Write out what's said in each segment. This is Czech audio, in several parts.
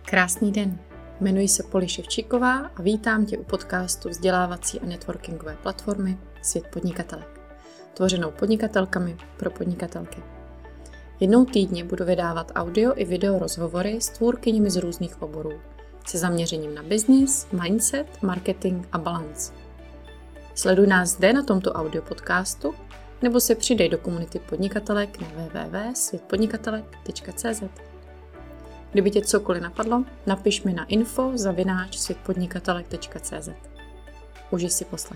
Krásný den, jmenuji se Poli Ševčíková a vítám tě u podcastu vzdělávací a networkingové platformy Svět podnikatelek, tvořenou podnikatelkami pro podnikatelky. Jednou týdně budu vydávat audio i video rozhovory s tvůrkyněmi z různých oborů, se zaměřením na business, mindset, marketing a balance. Sleduj nás zde na tomto audio podcastu nebo se přidej do komunity podnikatelek na www.světpodnikatelek.cz. Kdyby tě cokoliv napadlo, napiš mi na info@světpodnikatelek.cz. Užij si poslech.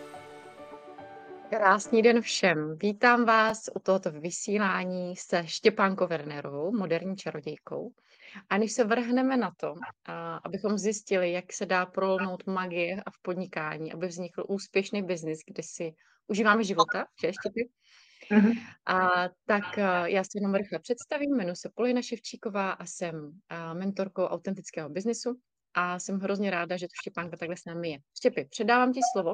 Krásný den všem. Vítám vás u tohoto vysílání se Štěpánkou Wernerovou, moderní čarodějkou. A než se vrhneme na to, abychom zjistili, jak se dá prolnout magie a v podnikání, aby vznikl úspěšný biznis, kde si užíváme života, že Štěpy? Tak já se jenom rychle představím, jmenuji se Polina Ševčíková a jsem mentorkou autentického biznisu a jsem hrozně ráda, že tu Štěpánka takhle s námi je. Štěpy, předávám ti slovo.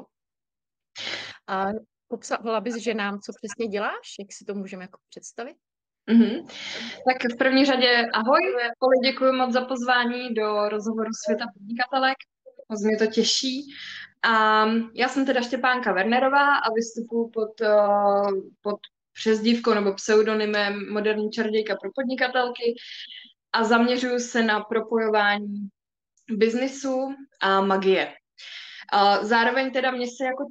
Popsala bys ženám, co přesně děláš, jak si to můžeme jako představit? Tak v první řadě ahoj, Poli, děkuji moc za pozvání do rozhovoru Světa podnikatelek, moc mě to těší. A já jsem teda Štěpánka Wernerová a vystupuji pod přezdívkou nebo pseudonymem moderní čarodějka pro podnikatelky a zaměřuju se na propojování biznisu a magie. Zároveň teda mě se jako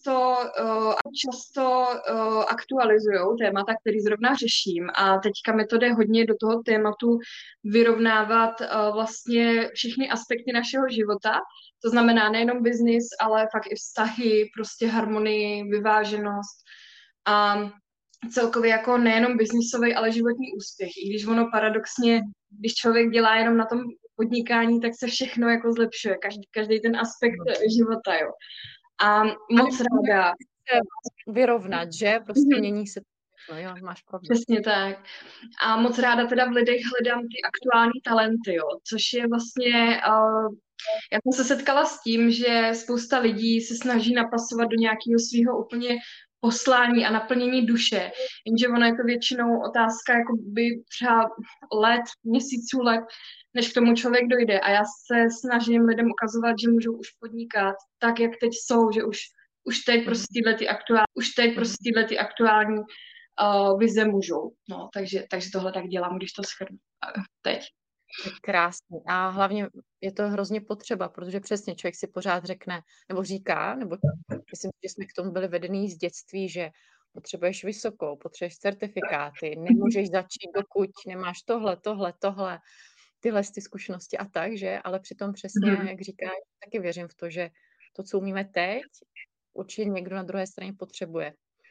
často aktualizují témata, které zrovna řeším a teďka mi to jde hodně do toho tématu vyrovnávat vlastně všechny aspekty našeho života, to znamená nejenom biznis, ale fakt i vztahy, prostě harmonii, vyváženost a celkově jako nejenom biznisový, ale životní úspěch. I když ono paradoxně, když člověk dělá jenom na tom podnikání, tak se všechno jako zlepšuje, každý ten aspekt života, jo. A moc ráda vyrovnat, že? Prostě mění se to, jo, máš pravdu. Přesně tak. A moc ráda teda v lidech hledám ty aktuální talenty, jo, což je vlastně, já jsem se setkala s tím, že spousta lidí se snaží napasovat do nějakého svého úplně poslání a naplnění duše, jenže ono je to většinou otázka jakoby třeba měsíců let, než k tomu člověk dojde. A já se snažím lidem ukazovat, že můžou už podnikat tak, jak teď jsou, že už teď prostě tyhle ty aktuální vize můžou. No, takže tohle tak dělám, když to shrnu teď. Krásný. A hlavně je to hrozně potřeba, protože přesně člověk si pořád řekne, nebo říká, nebo myslím, že jsme k tomu byli vedený z dětství, že potřebuješ vysokou, potřebuješ certifikáty, nemůžeš začít, dokud nemáš tohle, tyhle ty zkušenosti a tak, že? Ale přitom přesně, jak říkáš, taky věřím v to, že to, co umíme teď, určitě někdo na druhé straně potřebuje.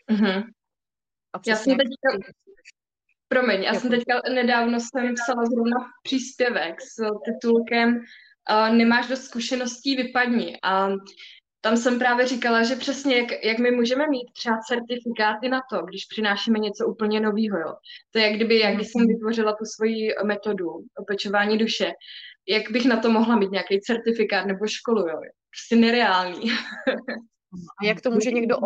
A přesně já jsem teďka nedávno psala zrovna příspěvek s titulkem Nemáš dost zkušeností, vypadni. A tam jsem právě říkala, že přesně jak my můžeme mít třeba certifikáty na to, když přinášíme něco úplně nového. Jo. To je jak když jsem vytvořila tu svoji metodu opečování duše, jak bych na to mohla mít nějaký certifikát nebo školu. Jo. Prostě nereálný. A jak to může někdo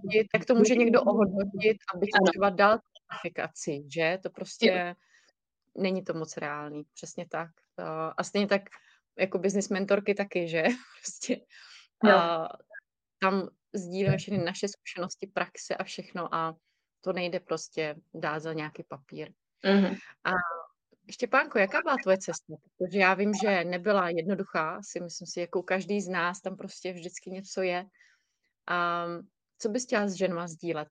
ohodnotit, aby ti třeba dal certifikaci, že? To prostě není to moc reálný, přesně tak. A stejně tak jako business mentorky taky, že? Prostě tam sdílíme všechny naše zkušenosti, praxe a všechno a to nejde prostě dát za nějaký papír. A Štěpánko, jaká byla tvoje cesta? Protože já vím, že nebyla jednoduchá, myslím si, jako každý z nás, tam prostě vždycky něco je. A co bys chtěla s ženama sdílet?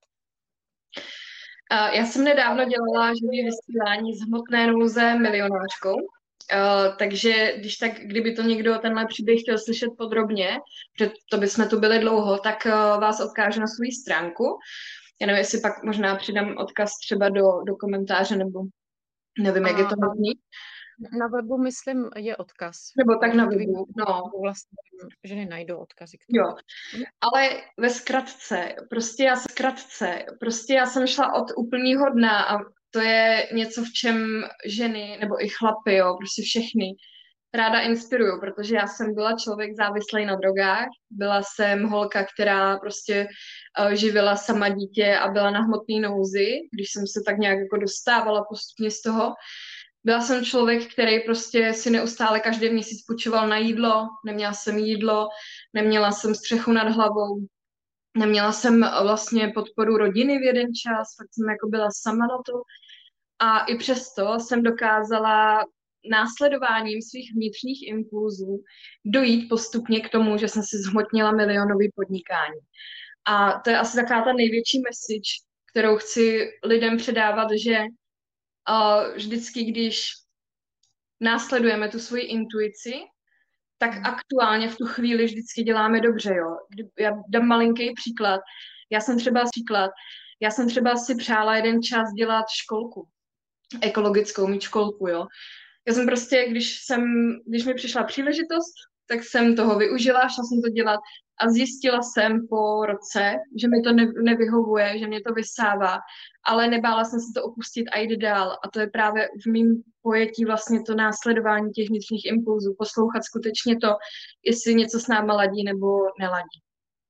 Já jsem nedávno dělala živý vysílání z hmotné nouze milionářkou, takže kdyby to někdo tenhle příběh chtěl slyšet podrobně, protože to bychom tu byli dlouho, tak vás odkážu na svou stránku. Já nevím, jestli pak možná přidám odkaz třeba do komentáře, nebo nevím, jak je to možný. Na webu, myslím, je odkaz. Nebo tak na webu, no. Vlastně ženy najdou odkazy k tomu. Jo, ale ve zkratce, já jsem šla od úplného dna a to je něco, v čem ženy, nebo i chlapy, jo, prostě všechny ráda inspiruju, protože já jsem byla člověk závislý na drogách, byla jsem holka, která prostě živila sama dítě a byla na hmotné nouzi, když jsem se tak nějak jako dostávala postupně z toho. Byla jsem člověk, který prostě si neustále každý měsíc půjčoval na jídlo, neměla jsem jídlo, neměla jsem střechu nad hlavou, neměla jsem vlastně podporu rodiny v jeden čas, fakt jsem jako byla sama na to. A i přesto jsem dokázala následováním svých vnitřních impulzů dojít postupně k tomu, že jsem si zhmotnila milionový podnikání. A to je asi taková ta největší message, kterou chci lidem předávat, že vždycky, když následujeme tu svoji intuici, tak aktuálně v tu chvíli vždycky děláme dobře, jo. Já dám malinký příklad. Já jsem třeba si přála jeden čas dělat školku, ekologickou mít školku, jo. Já jsem prostě, když mi přišla příležitost, tak jsem toho využila, šla jsem to dělat a zjistila jsem po roce, že mi to nevyhovuje, že mě to vysává, ale nebála jsem se to opustit a jít dál. A to je právě v mém pojetí vlastně to následování těch vnitřních impulzů, poslouchat skutečně to, jestli něco s náma ladí nebo neladí.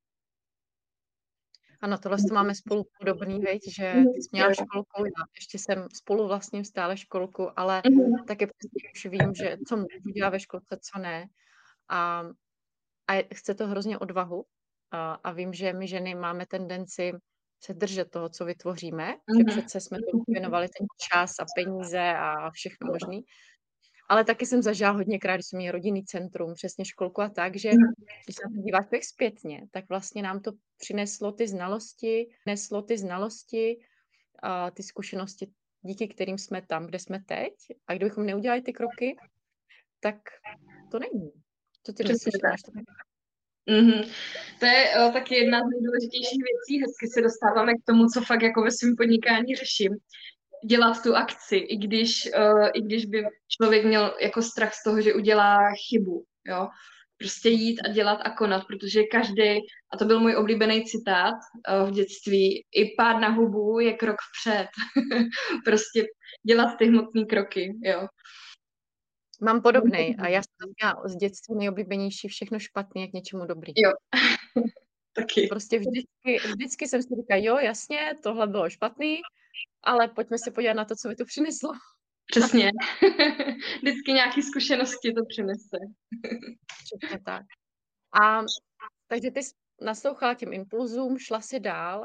Ano, tohle to máme spolu podobný, viď, že ty jsi měla školku, já ještě jsem spolu vlastním stále školku, ale taky prostě už vím, že co můžu dělat ve školce, co ne. A chce to hrozně odvahu. A vím, že my ženy máme tendenci se držet toho, co vytvoříme, že přece jsme tomu věnovali ten čas a peníze a všechno možný. Ale taky jsem zažila hodněkrát, když jsme měli rodinný centrum, přesně školku a tak, že když se na to díváš tak zpětně, tak vlastně nám to přineslo ty znalosti a ty zkušenosti, díky kterým jsme tam, kde jsme teď. A kdybychom neudělali ty kroky, tak to není. Co ty myslíš? To je taky jedna z nejdůležitějších věcí. Hezky se dostáváme k tomu, co fakt jako ve svém podnikání řeším. Dělat tu akci, i když by člověk měl jako strach z toho, že udělá chybu, jo. Prostě jít a dělat a konat, protože každý, a to byl můj oblíbený citát v dětství, i pád na hubu je krok vpřed. Prostě dělat ty hmotné kroky, jo. Mám podobnej a já jsem měla z dětství nejoblíbenější všechno špatný, jak něčemu dobrý. Jo, taky. Prostě vždycky jsem si říkala, jo, jasně, tohle bylo špatný, ale pojďme se podívat na to, co mi to přineslo. Přesně. Vždycky nějaké zkušenosti to přinese. Přesně tak. Takže ty jsi naslouchala těm impulzům, šla si dál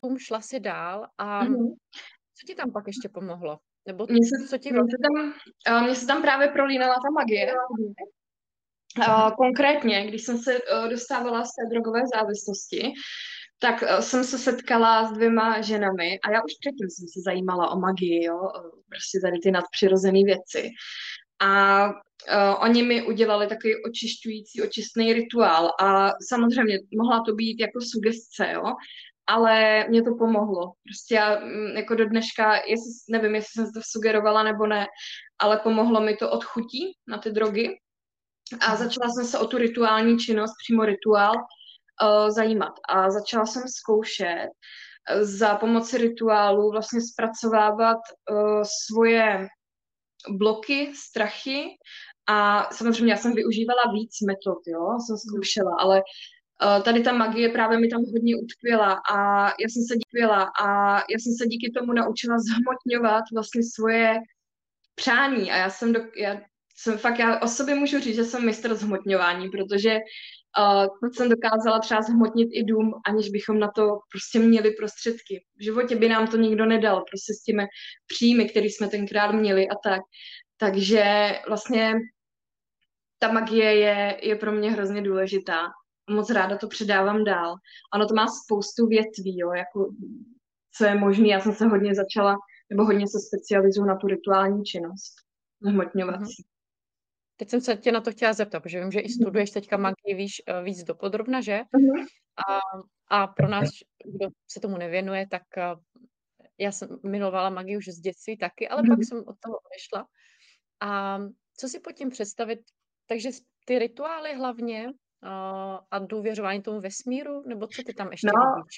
a co ti tam pak ještě pomohlo? Nebo co ti Mně se tam právě prolínala ta magie. Konkrétně, když jsem se dostávala z té drogové závislosti, tak jsem se setkala s 2 ženami a já už předtím jsem se zajímala o magii, jo, prostě tady ty nadpřirozené věci. A oni mi udělali takový očišťující, očistný rituál a samozřejmě mohla to být jako sugestce, jo, ale mě to pomohlo. Prostě já jako do dneška, nevím, jestli jsem to sugerovala nebo ne, ale pomohlo mi to od chutí na ty drogy a začala jsem se o tu rituální činnost, přímo rituál, zajímat. A začala jsem zkoušet za pomoci rituálu vlastně zpracovávat svoje bloky, strachy a samozřejmě já jsem využívala víc metod, jo, jsem zkoušela, ale tady ta magie právě mi tam hodně utkvěla a já jsem se díky tomu naučila zhmotňovat vlastně svoje přání a já o sobě můžu říct, že jsem mistr zhmotňování, protože jsem dokázala třeba zhmotnit i dům, aniž bychom na to prostě měli prostředky. V životě by nám to nikdo nedal, prostě s těmi příjmy, které jsme tenkrát měli a tak. Takže vlastně ta magie je pro mě hrozně důležitá. Moc ráda to předávám dál. Ono to má spoustu větví, jo, jako co je možné. Já jsem se hodně se specializuju na tu rituální činnost, zhmotňovací. Teď jsem se tě na to chtěla zeptat, protože vím, že i studuješ teďka magii víc dopodrobna, že? A pro nás, kdo se tomu nevěnuje, tak já jsem milovala magii už z dětství taky, ale pak jsem od toho odešla. A co si pod tím představit? Takže ty rituály hlavně a důvěřování tomu vesmíru, nebo co ty tam ještě vidíš?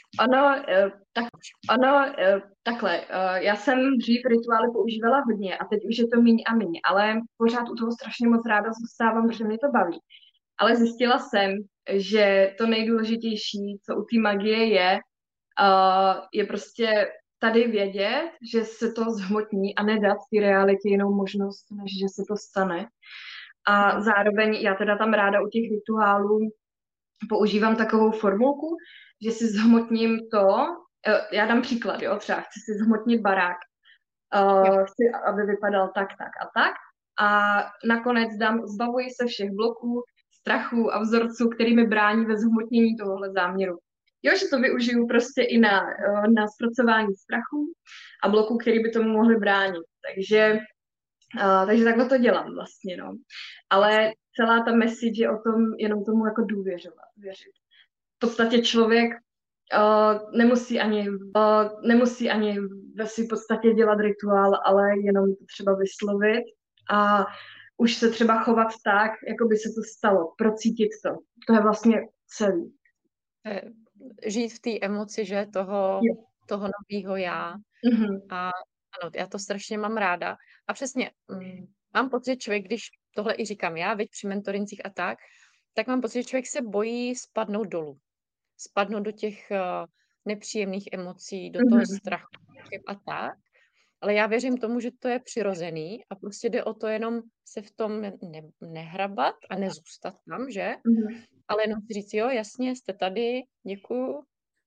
Takhle. Já jsem dřív rituály používala hodně a teď už je to míň a míň, ale pořád u toho strašně moc ráda zůstávám, protože mě to baví. Ale zjistila jsem, že to nejdůležitější, co u té magie je prostě tady vědět, že se to zhmotní a nedat té realitě jinou možnost, než že se to stane. A zároveň já teda tam ráda u těch rituálů používám takovou formulku, že si zhmotním to, já dám příklad, jo, třeba chci si zhmotnit barák, Jo. chci, aby vypadal tak, tak a tak a nakonec zbavuji se všech bloků, strachů a vzorců, který mi brání ve zhmotnění tohohle záměru. Jo, že to využiju prostě i na zpracování strachů a bloků, který by tomu mohly bránit. Takže takhle to dělám vlastně, no. Ale celá ta message je o tom jenom tomu jako důvěřovat, věřit. V podstatě člověk nemusí ani ve své podstatě dělat rituál, ale jenom to třeba vyslovit a už se třeba chovat tak, jako by se to stalo, procítit to. To je vlastně celý. Žít v té emoci, že toho nového já. Mm-hmm. A ano, já to strašně mám ráda. A přesně, mám pocit, že člověk, když tohle i říkám já, veď při mentorincích a tak mám pocit, že člověk se bojí spadnout dolů. Spadnout do těch nepříjemných emocí, do toho strachu a tak. Ale já věřím tomu, že to je přirozený a prostě jde o to jenom se v tom nehrabat a nezůstat tam, že? Ale jenom si říct, jo, jasně, jste tady, děkuju.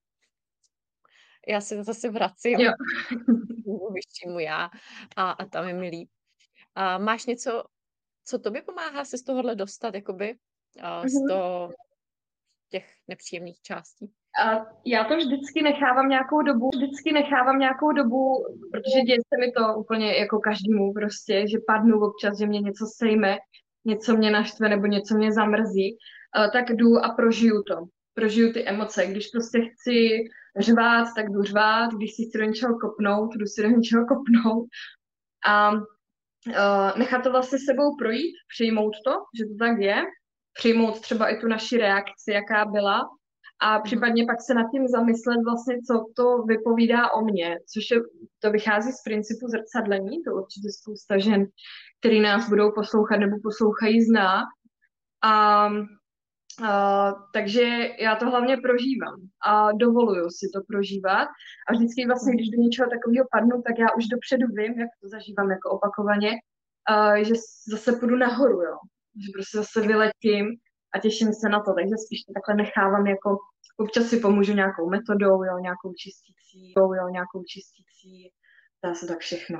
Já se zase vracím Jo. k vyššímu já a tam je mi líp. A máš něco, co tobě pomáhá se z tohohle dostat, jakoby, z těch nepříjemných částí? A já to vždycky nechávám nějakou dobu, protože děje se mi to úplně jako každému prostě, že padnu občas, že mě něco sejme, něco mě naštve nebo něco mě zamrzí, tak jdu a prožiju ty emoce. Když prostě chci řvát, tak jdu řvát, když si chci do něčeho kopnout, jdu si do něčeho kopnout a nechat to vlastně sebou projít, přijmout to, že to tak je, přijmout třeba i tu naši reakci, jaká byla, a případně pak se nad tím zamyslet vlastně, co to vypovídá o mně, to vychází z principu zrcadlení, to určitě spousta žen, který nás budou poslouchat nebo poslouchají, zná. Takže já to hlavně prožívám a dovoluju si to prožívat a vždycky vlastně, když do něčeho takového padnu, tak já už dopředu vím, jak to zažívám jako opakovaně, že zase půjdu nahoru, jo. Že prostě zase vyletím a těším se na to, takže spíš to takhle nechávám jako, občas si pomůžu nějakou metodou, jo, nějakou čistící, dá se tak všechno.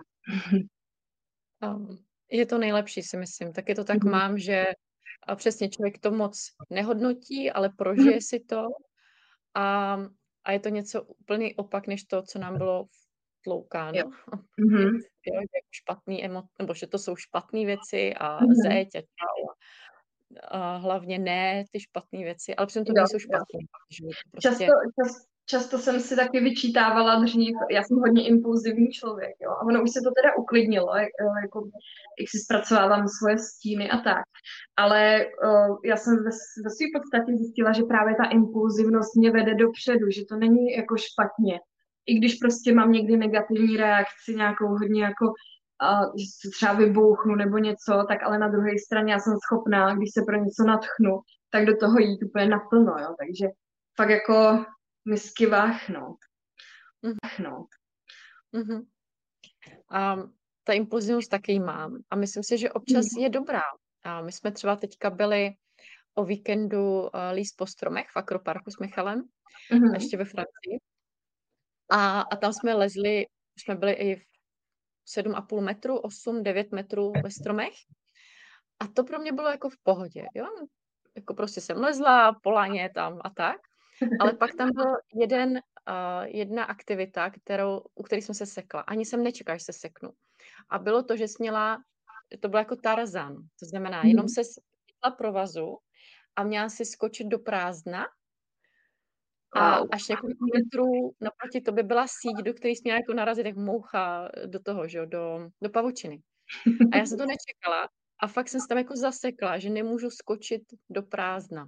Je to nejlepší, si myslím. Taky to tak mám, že přesně člověk to moc nehodnotí, ale prožije si to a je to něco úplný opak, než to, co nám bylo vtloukáno. Jo, špatný nebo že to jsou špatné věci a zeď a čau a hlavně ne ty špatné věci, ale přitom to nejsou špatné. Prostě... Často jsem si taky vyčítávala dřív, já jsem hodně impulzivní člověk, jo, a ono už se to teda uklidnilo, jako, jak si zpracovávám svoje stíny a tak, ale já jsem ve své podstatě zjistila, že právě ta impulzivnost mě vede dopředu, že to není jako špatně, i když prostě mám někdy negativní reakci, nějakou hodně jako, že se třeba vybouchnu nebo něco, tak ale na druhé straně já jsem schopná, když se pro něco natchnu, tak do toho jít úplně naplno, jo, takže fakt jako misky váchnout. A ta impulzivnost taky mám a myslím si, že občas je dobrá. A my jsme třeba teďka byli o víkendu líst po stromech v akroparku s Michalem, ještě ve Francii. A tam jsme lezli, jsme byli i 7,5 metru, 8-9 metrů ve stromech. A to pro mě bylo jako v pohodě, jo. Jako prostě jsem lezla, polaně tam a tak. Ale pak tam byl jedna aktivita, u které jsem se sekla. Ani jsem nečekala, že se seknu. A bylo to, že to bylo jako Tarzan. To znamená, jenom se chytla provazu a měla si skočit do prázdna a až několik metrů naproti tobě byla síť, do které jsi měla jako narazit jak moucha do toho, že jo, do pavučiny. A já jsem to nečekala a fakt jsem se tam jako zasekla, že nemůžu skočit do prázdna.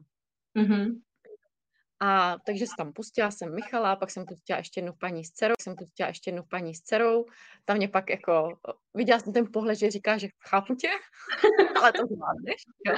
A takže jsem tam pustila jsem Michala, pak jsem pustila ještě jednu paní s dcerou, tam mě pak jako, viděla jsem ten pohled, že říká, že chápu tě, ale to zvládneš, jo.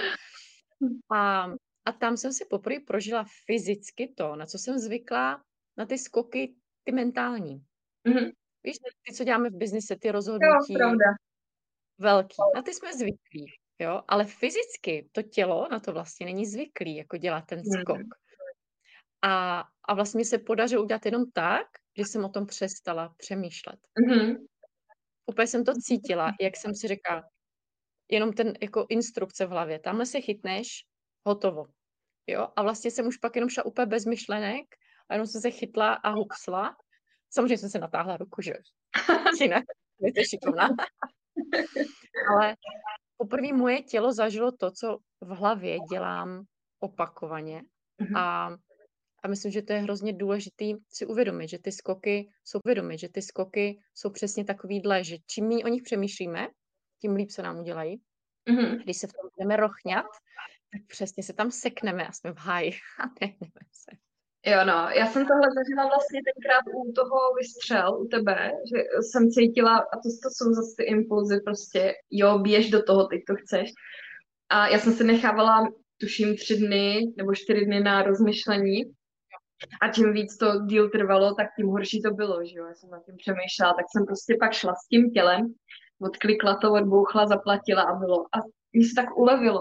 A tam jsem si poprvé prožila fyzicky to, na co jsem zvykla, na ty skoky, ty mentální. Mhm. Víš, ty, co děláme v biznise, ty Jo, rozhodnutí pravda. velký, na ty jsme zvyklí, jo, ale fyzicky to tělo na to vlastně není zvyklý, jako dělat ten skok. Mhm. A vlastně se podařilo udělat jenom tak, že jsem o tom přestala přemýšlet. Mhm. Úplně jsem to cítila, jak jsem si řekla, jenom ten jako instrukce v hlavě, tamhle se chytneš, hotovo, jo. A vlastně jsem už pak jenom šla úplně bez myšlenek a jenom jsem se chytla a hupsla. Samozřejmě jsem se natáhla ruku, že jo, jinak nejste šikovná. Ale poprvé moje tělo zažilo to, co v hlavě dělám opakovaně Mhm. a myslím, že to je hrozně důležitý si uvědomit, že ty skoky jsou přesně takovýhle, že čím méně o nich přemýšlíme, tím líp se nám udělají. Mhm. Když se v tom budeme rochňat, tak přesně se tam sekneme a jsme v háji a nehneme se. Jo, no, já jsem tohle zažila vlastně tenkrát u toho vystřel, u tebe, že jsem cítila, a to jsou zase ty impulzy prostě, jo, běž do toho, teď to chceš. A já jsem se nechávala, tuším, 3 dny nebo 4 dny na rozmyšlení. A čím víc to díl trvalo, tak tím horší to bylo, že jo. Já jsem nad tím přemýšlela, tak jsem prostě pak šla s tím tělem, odklikla to, odbouchla, zaplatila a bylo. A mi se tak ulevilo.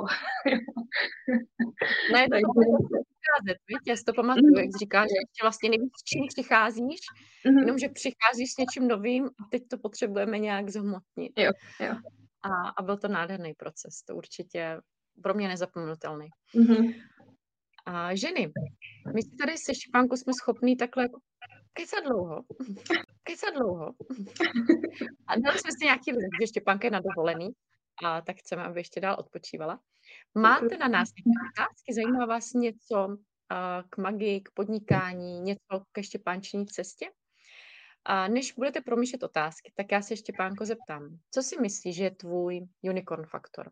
No je to přicházet, víš? Já si to pamatuju, jak jsi říkáš, že ještě vlastně nevíš, s čím přicházíš, jenomže přicházíš s něčím novým a teď to potřebujeme nějak zhmotnit. Jo, jo. A byl to nádherný proces, to určitě pro mě nezapomenutelný. Mhm. A ženy, my si tady se Štěpánkou jsme schopní takhle jako kecat dlouho. A dali jsme si nějaký list, že Štěpánka je na dovolený a tak chceme, aby ještě dál odpočívala. Máte na nás nějaké otázky? Zajímá vás něco k magii, k podnikání, něco ke Štěpánčiní cestě? A než budete promýšlet otázky, tak já se Štěpánko zeptám. Co si myslíš, že je tvůj unicorn faktor?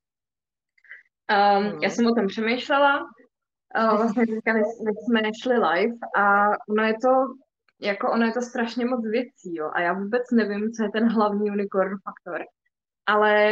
Já jsem o tom přemýšlela. Vlastně teďka než jsme nešli live a ono je to strašně moc věcí, jo. A já vůbec nevím, co je ten hlavní unicorn faktor. Ale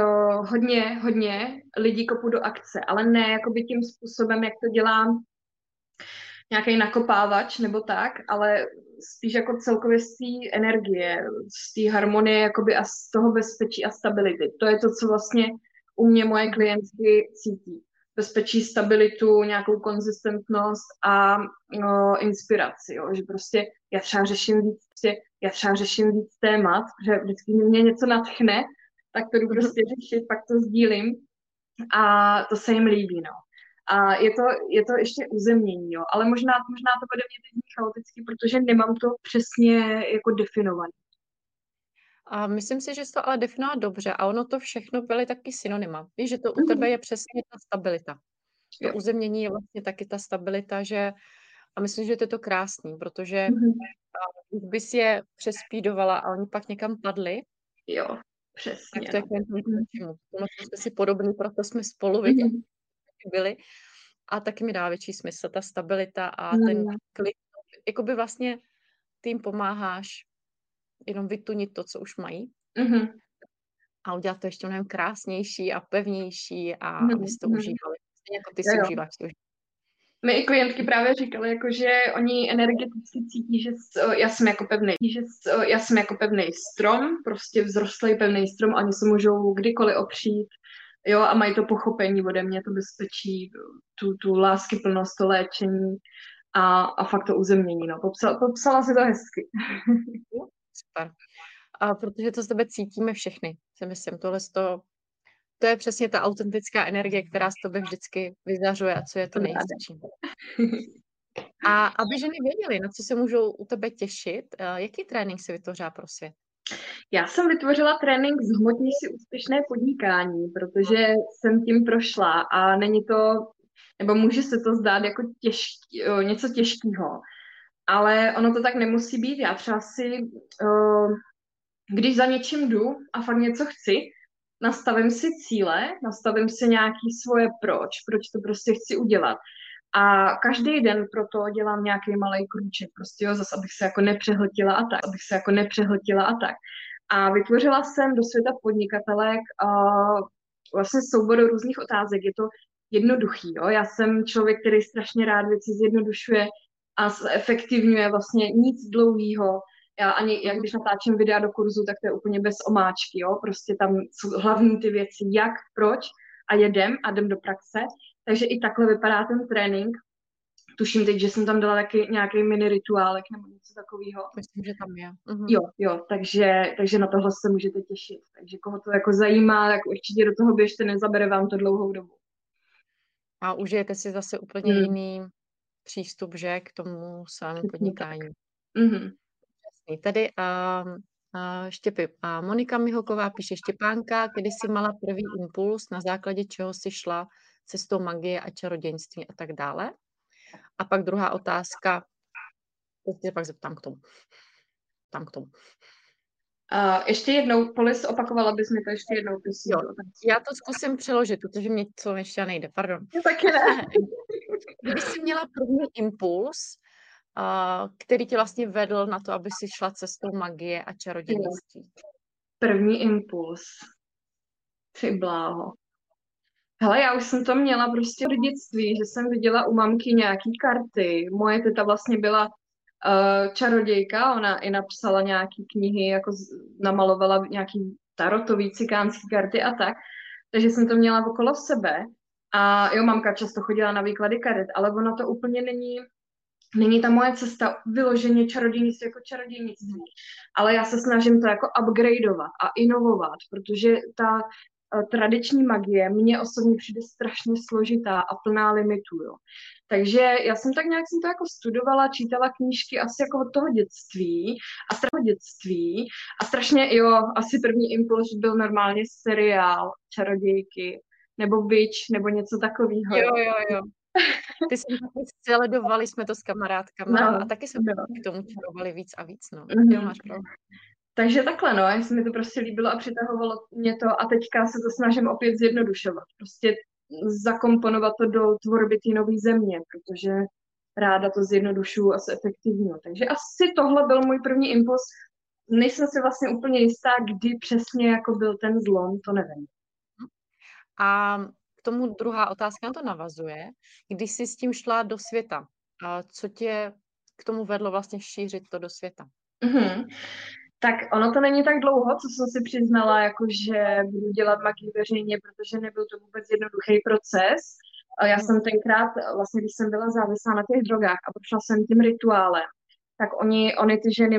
hodně lidí kopu do akce, ale ne jakoby tím způsobem, jak to dělá nějaký nakopávač nebo tak, ale spíš jako celkově z té energie, z té harmonie jakoby a z toho bezpečí a stability. To je to, co vlastně u mě moje klientky cítí. Bezpečí, stabilitu, nějakou konzistentnost a inspiraci. Jo? Že prostě já třeba řeším víc témat, že vždycky mě něco nadchne, tak to jdu prostě řešit, pak to sdílím a to se jim líbí, no. A je to ještě uzemnění, jo. Ale možná to bude mě teď chaoticky, protože nemám to přesně jako definované. A myslím si, že jsi to ale definovala dobře a ono to všechno byly taky synonyma. Víš, že to u tebe je přesně ta stabilita. To Jo. uzemnění je vlastně taky ta stabilita, že a myslím, že to je to krásný, protože když bys je přespídovala a oni pak někam padli, Jo, přesně. tak to je k něčemu. Tohle jsme si podobný, proto jsme spolu viděli, byli. A taky mi dá větší smysl ta stabilita a ten klid. Jakoby vlastně ty jim pomáháš jenom vytunit to, co už mají a udělat to ještě mnohem krásnější a pevnější a aby si to užívali. Stejně jako ty si užíváš to. My i klientky právě říkali, jako, že oni energeticky cítí, že já jsem jako pevný strom, prostě vzrostlý pevný strom, oni se můžou kdykoliv opřít, jo, a mají to pochopení ode mě, to bezpečí, tu láskyplnost, to léčení a fakt to uzemnění, no. Popsala si to hezky. Super. A protože to z tebe cítíme všechny, si myslím, to je přesně ta autentická energie, která z tebe vždycky vyzařuje a co je to nejhezčí. A aby ženy věděly, na co se můžou u tebe těšit, jaký trénink si vytvořila pro svět? Já jsem vytvořila trénink Zhmotni si úspěšné podnikání, protože jsem tím prošla a není to, nebo může se to zdát jako něco těžkého, ale ono to tak nemusí být. Já třeba když za něčím jdu a fakt něco chci, nastavím si cíle, nastavím si nějaký svoje proč to prostě chci udělat. A každý den proto dělám nějaký malý krůček, prostě jo, zase abych se jako nepřehltila a tak. A vytvořila jsem do světa podnikatelek vlastně soubor různých otázek. Je to jednoduchý, jo. Já jsem člověk, který strašně rád věci zjednodušuje a zefektivňuje vlastně nic dlouhýho. Já ani, jak když natáčím videa do kurzu, tak to je úplně bez omáčky, jo. Prostě tam jsou hlavní ty věci, jak, proč a jdem do praxe. Takže i takhle vypadá ten trénink. Tuším teď, že jsem tam dala taky nějaký mini rituálek nebo něco takového. Myslím, že tam je. Jo, takže na tohle se můžete těšit. Takže koho to jako zajímá, tak určitě do toho běžte, nezabere vám to dlouhou dobu. A užijete si zase úplně jiný přístup, že, k tomu svému podnikání. Jasný. Tady Štěpy. A Monika Mihoková píše, Štěpánka, kdy jsi mala první impuls, na základě čeho jsi šla cestou magie a čarodějství a tak dále. A pak druhá otázka, to se pak zeptám k tomu. Tam k tomu. Ještě jednou, Polis, opakovala bys mi to ještě jednou, prosím. Jo, já to zkusím přeložit, protože mě to ještě nejde, pardon. Taky ne. Když jsi měla první impuls, který tě vlastně vedl na to, aby si šla cestou magie a čarodějnictví? První impuls. Ty bláho. Hele, já už jsem to měla prostě od dětství, že jsem viděla u mamky nějaký karty. Moje teta vlastně byla čarodějka, ona i napsala nějaký knihy, jako namalovala nějaký tarotový cikánský karty a tak. Takže jsem to měla okolo sebe. A jo, mamka často chodila na výklady karet, ale ono to úplně není ta moje cesta vyloženě čarodějnictví jako čarodějnictví. Ale já se snažím to jako upgradeovat a inovovat, protože ta tradiční magie mně osobně přijde strašně složitá a plná limitů, jo. Takže já jsem tak nějak jsem to jako studovala, čítala knížky asi jako od toho dětství a strašně, jo, asi první impuls byl normálně seriál Čarodějky nebo Witch nebo něco takového. Jo. Ty jsme taky sledovali jsme to s kamarádkama a taky jsme k tomu čarovali víc a víc, no. Jo, máš pravdu. Takže takhle, no, jestli mi to prostě líbilo a přitahovalo mě to a teďka se to snažím opět zjednodušovat. Prostě zakomponovat to do tvorby té nové země, protože ráda to zjednodušuju a zefektivňuju. Takže asi tohle byl můj první impuls. Nejsem si vlastně úplně jistá, kdy přesně jako byl ten zlom, to nevím. A k tomu druhá otázka na to navazuje. Když jsi s tím šla do světa, co tě k tomu vedlo vlastně šířit to do světa? Tak ono to není tak dlouho, co jsem si přiznala, jako že budu dělat magii veřejně, protože nebyl to vůbec jednoduchý proces. Já jsem tenkrát, vlastně když jsem byla závislá na těch drogách a prošla jsem tím rituálem, tak oni ty ženy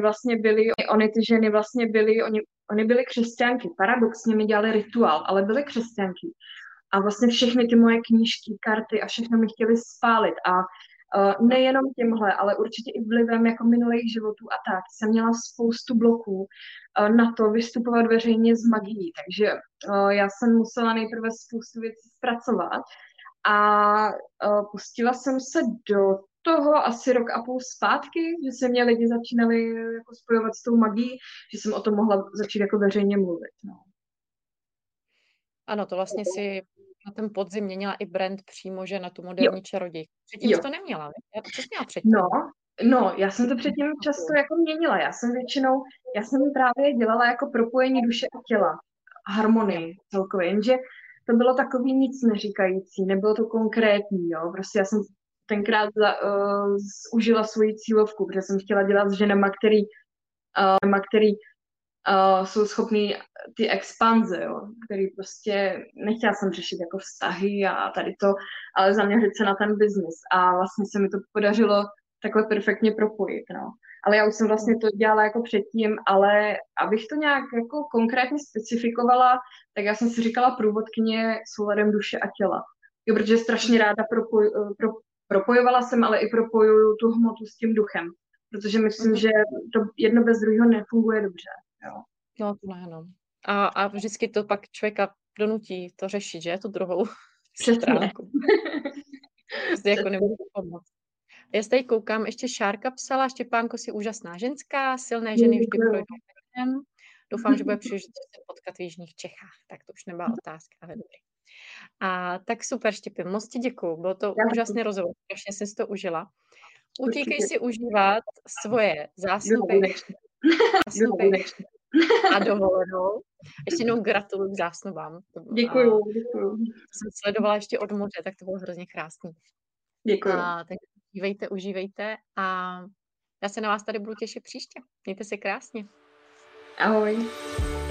vlastně byly, oni byly křesťanky. Paradoxně mi dělali rituál, ale byly křesťanky. A vlastně všechny ty moje knížky, karty a všechno mi chtěli spálit. A nejenom tímhle, ale určitě i vlivem jako minulých životů a tak. Jsem měla spoustu bloků na to vystupovat veřejně s magií, takže já jsem musela nejprve spoustu věcí zpracovat a pustila jsem se do toho asi rok a půl zpátky, že se mě lidi začínali jako spojovat s tou magií, že jsem o tom mohla začít jako veřejně mluvit. No. Ano, to vlastně si na ten podzim měnila i brand přímo, že na tu moderní čarodějku. Předtím jsi to neměla, ne? Co jsi měla předtím? No, já jsem to předtím často jako měnila. Já jsem právě dělala jako propojení duše a těla. Harmonii celkově, jenže to bylo takový nic neříkající, nebylo to konkrétní, jo. Prostě já jsem tenkrát užila svoji cílovku, protože jsem chtěla dělat s ženama, který jsou schopný ty expanze, jo, který prostě nechtěla jsem řešit jako vztahy a tady to, ale zaměřit se na ten biznis a vlastně se mi to podařilo takhle perfektně propojit, no. Ale já už jsem vlastně to dělala jako předtím, ale abych to nějak jako konkrétně specifikovala, tak já jsem si říkala průvodkyně s ohledem duše a těla. Jo, protože strašně ráda propojovala jsem, ale i propojuju tu hmotu s tím duchem, protože myslím, že to jedno bez druhého nefunguje dobře. Jo. No, to ne, no. A vždycky to pak člověka donutí to řešit, že? Tu druhou stránku. Prostě jako nebudu pomoct. Já se tady koukám, ještě Šárka psala, Štěpánko, si úžasná ženská, silné ženy vždy projdou. Doufám, že bude příležitost se potkat v jižních Čechách. Tak to už nebyla otázka, ale dobrý. A tak super, Štěpy, moc ti děkuju. Bylo to úžasný rozhovor, strašně jsem si to užila. Utíkej si užívat svoje zásnuby a dovolenou. Ještě jednou gratuluju k zásnubám. Děkuju. Jsem sledovala ještě od moře, tak to bylo hrozně krásný. Děkuju. Tak užívejte a Já se na vás tady budu těšit příště. Mějte se krásně. Ahoj.